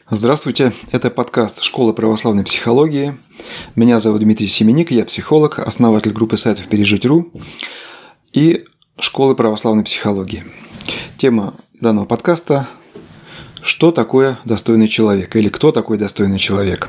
Здравствуйте, это подкаст «Школа православной психологии». Меня зовут Дмитрий Семеник, я психолог, основатель группы сайтов «Пережить.ру» и «Школы православной психологии». Тема данного подкаста – «Что такое достойный человек?» или «Кто такой достойный человек?».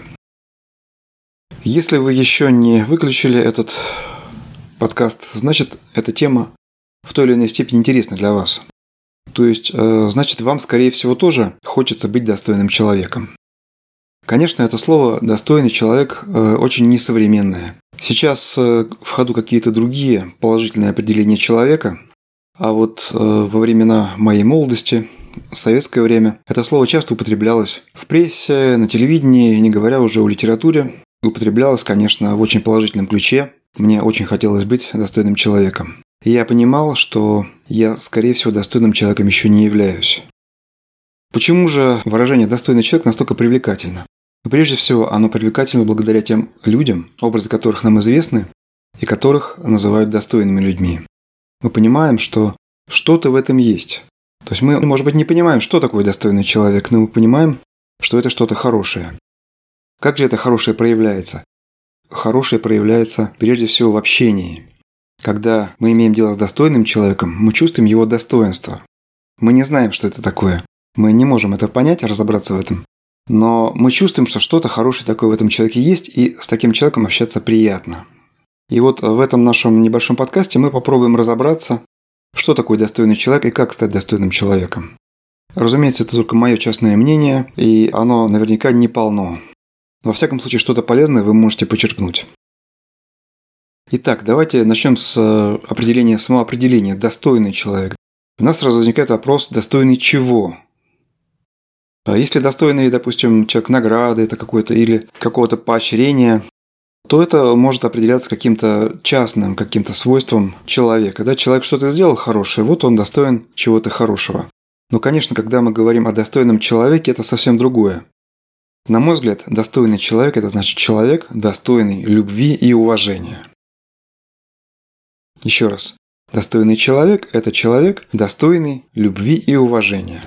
Если вы еще не выключили этот подкаст, значит, эта тема в той или иной степени интересна для вас. То есть, значит, вам, скорее всего, тоже хочется быть достойным человеком. Конечно, это слово «достойный человек» очень несовременное. Сейчас в ходу какие-то другие положительные определения человека, а вот во времена моей молодости, в советское время, это слово часто употреблялось в прессе, на телевидении, не говоря уже о литературе. Употреблялось, конечно, в очень положительном ключе. Мне очень хотелось быть достойным человеком. И я понимал, что я, скорее всего, достойным человеком еще не являюсь. Почему же выражение «достойный человек» настолько привлекательно? Прежде всего, оно привлекательно благодаря тем людям, образы которых нам известны, и которых называют достойными людьми. Мы понимаем, что что-то в этом есть. То есть мы, может быть, не понимаем, что такое достойный человек, но мы понимаем, что это что-то хорошее. Как же это хорошее проявляется? Хорошее проявляется прежде всего в общении. Когда мы имеем дело с достойным человеком, мы чувствуем его достоинство. Мы не знаем, что это такое. Мы не можем это понять, разобраться в этом. Но мы чувствуем, что что-то хорошее такое в этом человеке есть, и с таким человеком общаться приятно. И вот в этом нашем небольшом подкасте мы попробуем разобраться, что такое достойный человек и как стать достойным человеком. Разумеется, это только мое частное мнение, и оно наверняка не полно. Во всяком случае, что-то полезное вы можете почерпнуть. Итак, давайте начнем с определения, самоопределения «достойный человек». У нас сразу возникает вопрос «достойный чего?». Если достойный, допустим, человек награды это какой-то или какого-то поощрения, то это может определяться каким-то частным, каким-то свойством человека. Да? Человек что-то сделал хорошее, вот он достоин чего-то хорошего. Но, конечно, когда мы говорим о достойном человеке, это совсем другое. На мой взгляд, достойный человек – это значит человек, достойный любви и уважения. Еще раз. Достойный человек – это человек, достойный любви и уважения.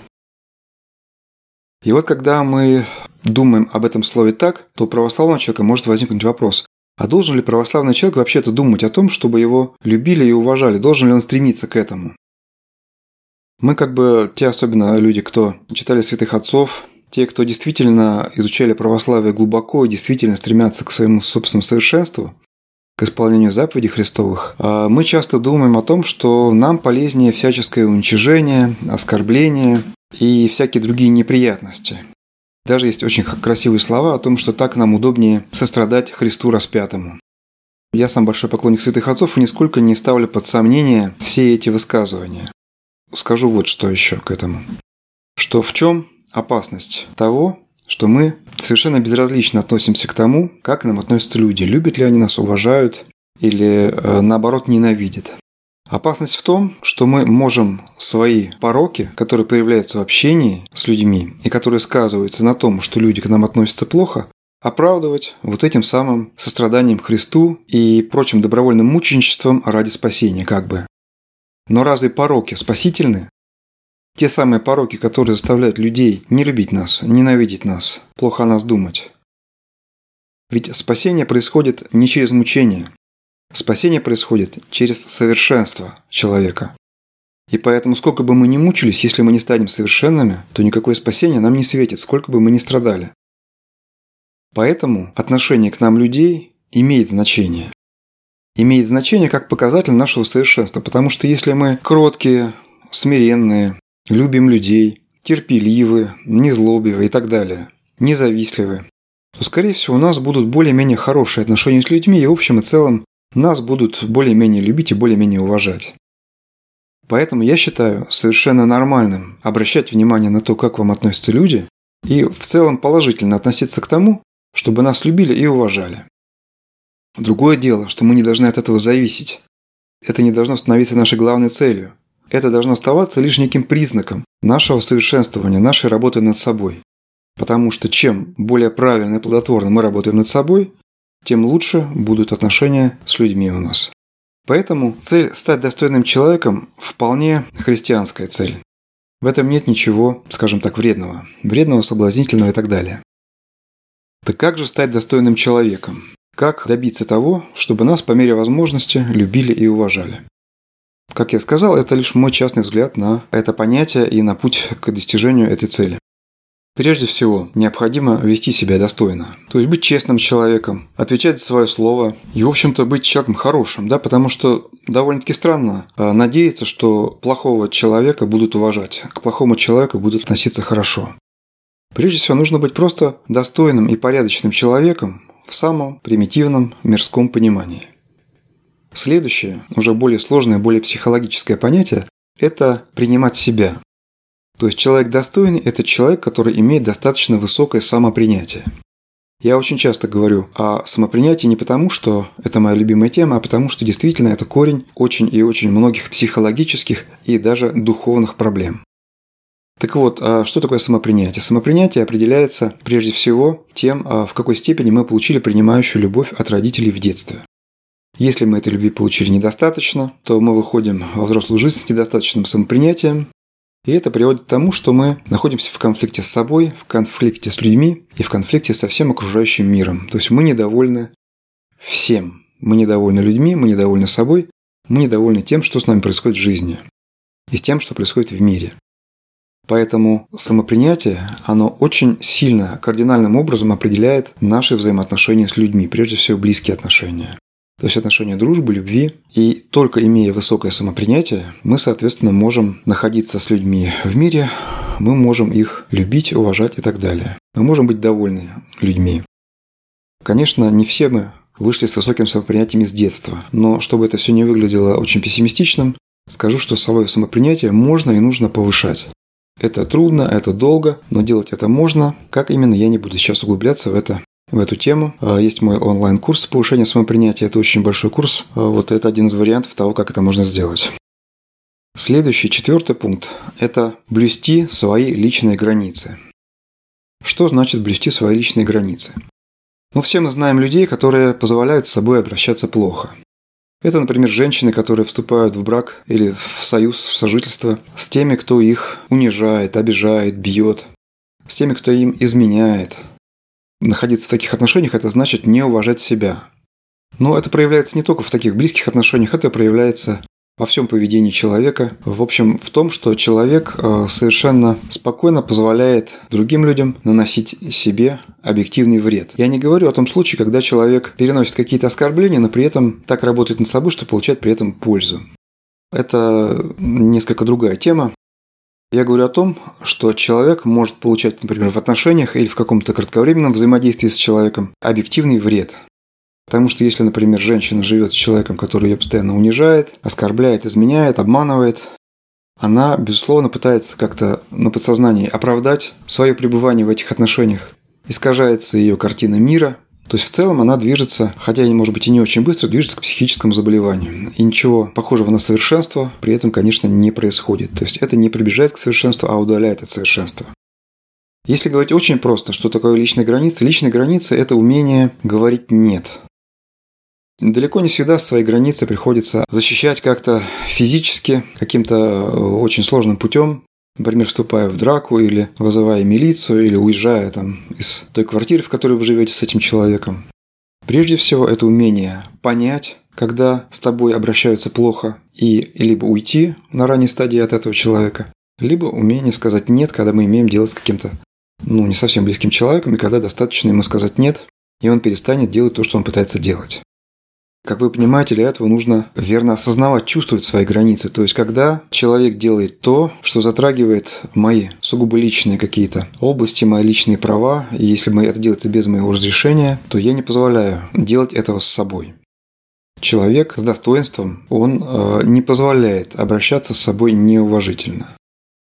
И вот когда мы думаем об этом слове так, то у православного человека может возникнуть вопрос, а должен ли православный человек вообще-то думать о том, чтобы его любили и уважали? Должен ли он стремиться к этому? Мы те особенно люди, кто читали святых отцов, те, кто действительно изучали православие глубоко и действительно стремятся к своему собственному совершенству, к исполнению заповедей Христовых, мы часто думаем о том, что нам полезнее всяческое уничижение, оскорбление и всякие другие неприятности. Даже есть очень красивые слова о том, что так нам удобнее сострадать Христу распятому. Я сам большой поклонник святых отцов и нисколько не ставлю под сомнение все эти высказывания. Скажу вот что еще к этому. Что в чем опасность того, что мы совершенно безразлично относимся к тому, как к нам относятся люди, любят ли они нас, уважают или, наоборот, ненавидят. Опасность в том, что мы можем свои пороки, которые появляются в общении с людьми и которые сказываются на том, что люди к нам относятся плохо, оправдывать вот этим самым состраданием Христу и прочим добровольным мученичеством ради спасения Но разве пороки спасительны? Те самые пороки, которые заставляют людей не любить нас, ненавидеть нас, плохо о нас думать. Ведь спасение происходит не через мучение. Спасение происходит через совершенство человека. И поэтому, сколько бы мы ни мучились, если мы не станем совершенными, то никакое спасение нам не светит, сколько бы мы ни страдали. Поэтому отношение к нам людей имеет значение. Имеет значение как показатель нашего совершенства, потому что если мы кроткие, смиренные, любим людей, терпеливы, незлобивы и так далее, независтливы, то, скорее всего, у нас будут более-менее хорошие отношения с людьми, и в общем и целом нас будут более-менее любить и более-менее уважать. Поэтому я считаю совершенно нормальным обращать внимание на то, как вам относятся люди, и в целом положительно относиться к тому, чтобы нас любили и уважали. Другое дело, что мы не должны от этого зависеть. Это не должно становиться нашей главной целью. Это должно оставаться лишь неким признаком нашего совершенствования, нашей работы над собой. Потому что чем более правильно и плодотворно мы работаем над собой, тем лучше будут отношения с людьми у нас. Поэтому цель стать достойным человеком вполне христианская цель. В этом нет ничего, скажем так, вредного, соблазнительного и так далее. Так как же стать достойным человеком? Как добиться того, чтобы нас по мере возможности любили и уважали? Как я сказал, это лишь мой частный взгляд на это понятие и на путь к достижению этой цели. Прежде всего, необходимо вести себя достойно. То есть быть честным человеком, отвечать за свое слово и, в общем-то, быть человеком хорошим, да, потому что довольно-таки странно надеяться, что плохого человека будут уважать, к плохому человеку будут относиться хорошо. Прежде всего, нужно быть просто достойным и порядочным человеком в самом примитивном мирском понимании. Следующее, уже более сложное, более психологическое понятие – это принимать себя. То есть человек достойный – это человек, который имеет достаточно высокое самопринятие. Я очень часто говорю о самопринятии не потому, что это моя любимая тема, а потому что действительно это корень очень и очень многих психологических и даже духовных проблем. Так вот, что такое самопринятие? Самопринятие определяется прежде всего тем, в какой степени мы получили принимающую любовь от родителей в детстве. Если мы этой любви получили недостаточно, то мы выходим во взрослую жизнь с недостаточным самопринятием, и это приводит к тому, что мы находимся в конфликте с собой, в конфликте с людьми и в конфликте со всем окружающим миром. То есть мы недовольны всем. Мы недовольны людьми, мы недовольны собой, мы недовольны тем, что с нами происходит в жизни и с тем, что происходит в мире. Поэтому самопринятие, оно очень сильно, кардинальным образом определяет наши взаимоотношения с людьми, прежде всего близкие отношения. То есть отношения дружбы, любви. И только имея высокое самопринятие, мы, соответственно, можем находиться с людьми в мире, мы можем их любить, уважать и так далее. Мы можем быть довольны людьми. Конечно, не все мы вышли с высоким самопринятием с детства, но чтобы это все не выглядело очень пессимистичным, скажу, что свое самопринятие можно и нужно повышать. Это трудно, это долго, но делать это можно. Как именно, я не буду сейчас углубляться в эту тему. Есть мой онлайн-курс повышения самопринятия. Это очень большой курс. Вот это один из вариантов того, как это можно сделать. Следующий, 4-й пункт – это блюсти свои личные границы. Что значит блюсти свои личные границы? Все мы знаем людей, которые позволяют с собой обращаться плохо. Это, например, женщины, которые вступают в брак или в союз, в сожительство с теми, кто их унижает, обижает, бьет, с теми, кто им изменяет. Находиться в таких отношениях – это значит не уважать себя. Но это проявляется не только в таких близких отношениях, это проявляется во всем поведении человека. В общем, в том, что человек совершенно спокойно позволяет другим людям наносить себе объективный вред. Я не говорю о том случае, когда человек переносит какие-то оскорбления, но при этом так работает над собой, что получает при этом пользу. Это несколько другая тема. Я говорю о том, что человек может получать, например, в отношениях или в каком-то кратковременном взаимодействии с человеком объективный вред. Потому что если, например, женщина живет с человеком, который ее постоянно унижает, оскорбляет, изменяет, обманывает, она, безусловно, пытается как-то на подсознании оправдать свое пребывание в этих отношениях. Искажается ее картина мира. То есть в целом она движется, хотя, может быть, и не очень быстро, движется к психическому заболеванию. И ничего похожего на совершенство при этом, конечно, не происходит. То есть это не приближает к совершенству, а удаляет от совершенства. Если говорить очень просто, что такое личные границы? Личные границы – это умение говорить «нет». Далеко не всегда свои границы приходится защищать как-то физически, каким-то очень сложным путем. Например, вступая в драку или вызывая милицию, или уезжая из той квартиры, в которой вы живете с этим человеком. Прежде всего, это умение понять, когда с тобой обращаются плохо, и либо уйти на ранней стадии от этого человека, либо умение сказать «нет», когда мы имеем дело с каким-то не совсем близким человеком, и когда достаточно ему сказать «нет», и он перестанет делать то, что он пытается делать. Как вы понимаете, для этого нужно верно осознавать, чувствовать свои границы. То есть, когда человек делает то, что затрагивает мои сугубо личные какие-то области, мои личные права, и если это делается без моего разрешения, то я не позволяю делать этого с собой. Человек с достоинством, он не позволяет обращаться с собой неуважительно.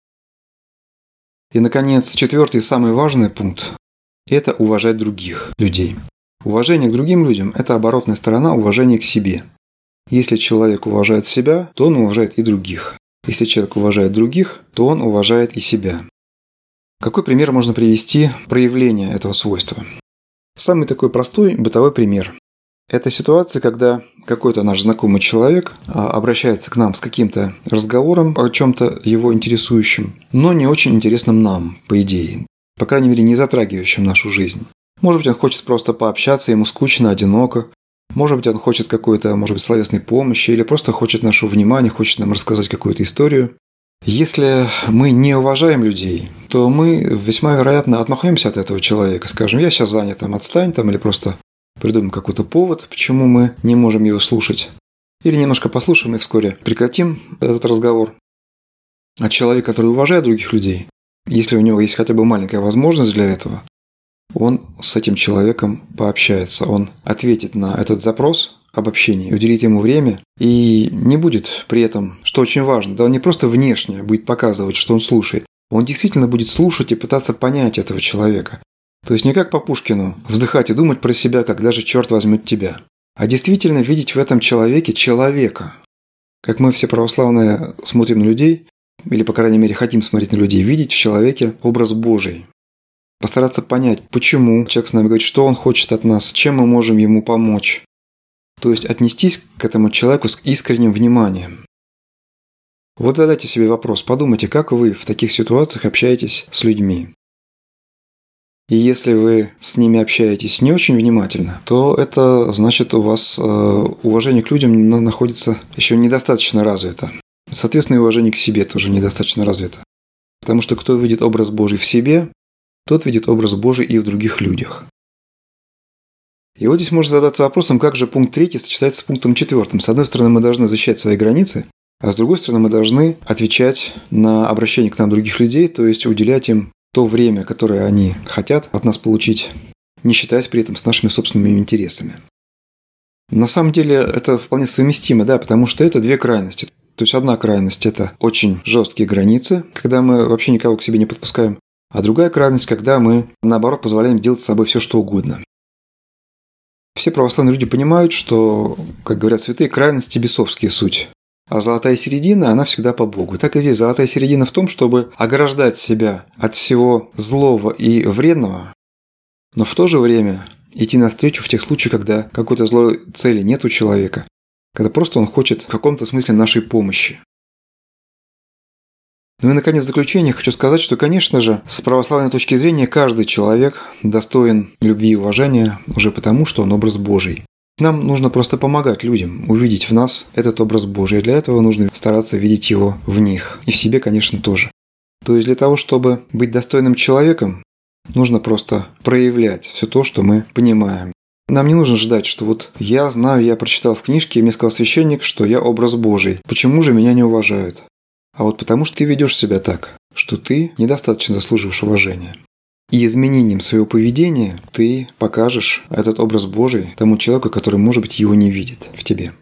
И, наконец, 4-й, самый важный пункт – это уважать других людей. Уважение к другим людям – это оборотная сторона уважения к себе. Если человек уважает себя, то он уважает и других. Если человек уважает других, то он уважает и себя. Какой пример можно привести проявления этого свойства? Самый такой простой бытовой пример. Это ситуация, когда какой-то наш знакомый человек обращается к нам с каким-то разговором о чем-то его интересующем, но не очень интересном нам, по идее. По крайней мере, не затрагивающим нашу жизнь. Может быть, он хочет просто пообщаться, ему скучно, одиноко. Может быть, он хочет какой-то, словесной помощи или просто хочет нашего внимания, хочет нам рассказать какую-то историю. Если мы не уважаем людей, то мы весьма вероятно отмахнемся от этого человека, скажем: я сейчас занят, отстань, или просто придумаем какой-то повод, почему мы не можем его слушать. Или немножко послушаем и вскоре прекратим этот разговор. А человек, который уважает других людей, если у него есть хотя бы маленькая возможность для этого, он с этим человеком пообщается, он ответит на этот запрос об общении, уделит ему время и не будет при этом, что очень важно, он не просто внешне будет показывать, что он слушает, он действительно будет слушать и пытаться понять этого человека. То есть не как по Пушкину вздыхать и думать про себя, когда же черт возьмет тебя, а действительно видеть в этом человеке человека. Как мы все православные смотрим на людей, или, по крайней мере, хотим смотреть на людей, видеть в человеке образ Божий. Постараться понять, почему человек с нами говорит, что он хочет от нас, чем мы можем ему помочь. То есть отнестись к этому человеку с искренним вниманием. Вот задайте себе вопрос, подумайте, как вы в таких ситуациях общаетесь с людьми. И если вы с ними общаетесь не очень внимательно, то это значит, у вас уважение к людям находится еще недостаточно развито. Соответственно, и уважение к себе тоже недостаточно развито. Потому что кто видит образ Божий в себе, тот видит образ Божий и в других людях. И вот здесь можно задаться вопросом, как же пункт 3 сочетается с пунктом 4. С одной стороны, мы должны защищать свои границы, а с другой стороны, мы должны отвечать на обращение к нам других людей, то есть уделять им то время, которое они хотят от нас получить, не считаясь при этом с нашими собственными интересами. На самом деле это вполне совместимо, потому что это две крайности. То есть одна крайность – это очень жесткие границы, когда мы вообще никого к себе не подпускаем, а другая крайность, когда мы, наоборот, позволяем делать с собой все, что угодно. Все православные люди понимают, что, как говорят святые, крайности бесовские суть. А золотая середина, она всегда по Богу. Так и здесь золотая середина в том, чтобы ограждать себя от всего злого и вредного, но в то же время идти навстречу в тех случаях, когда какой-то злой цели нет у человека, когда просто он хочет в каком-то смысле нашей помощи. Ну и, наконец, в заключение хочу сказать, что, конечно же, с православной точки зрения каждый человек достоин любви и уважения уже потому, что он образ Божий. Нам нужно просто помогать людям увидеть в нас этот образ Божий, и для этого нужно стараться видеть его в них, и в себе, конечно, тоже. То есть для того, чтобы быть достойным человеком, нужно просто проявлять все то, что мы понимаем. Нам не нужно ждать, что вот я знаю, я прочитал в книжке, и мне сказал священник, что я образ Божий. Почему же меня не уважают? А вот потому, что ты ведешь себя так, что ты недостаточно заслуживаешь уважения. И изменением своего поведения ты покажешь этот образ Божий тому человеку, который, может быть, его не видит в тебе.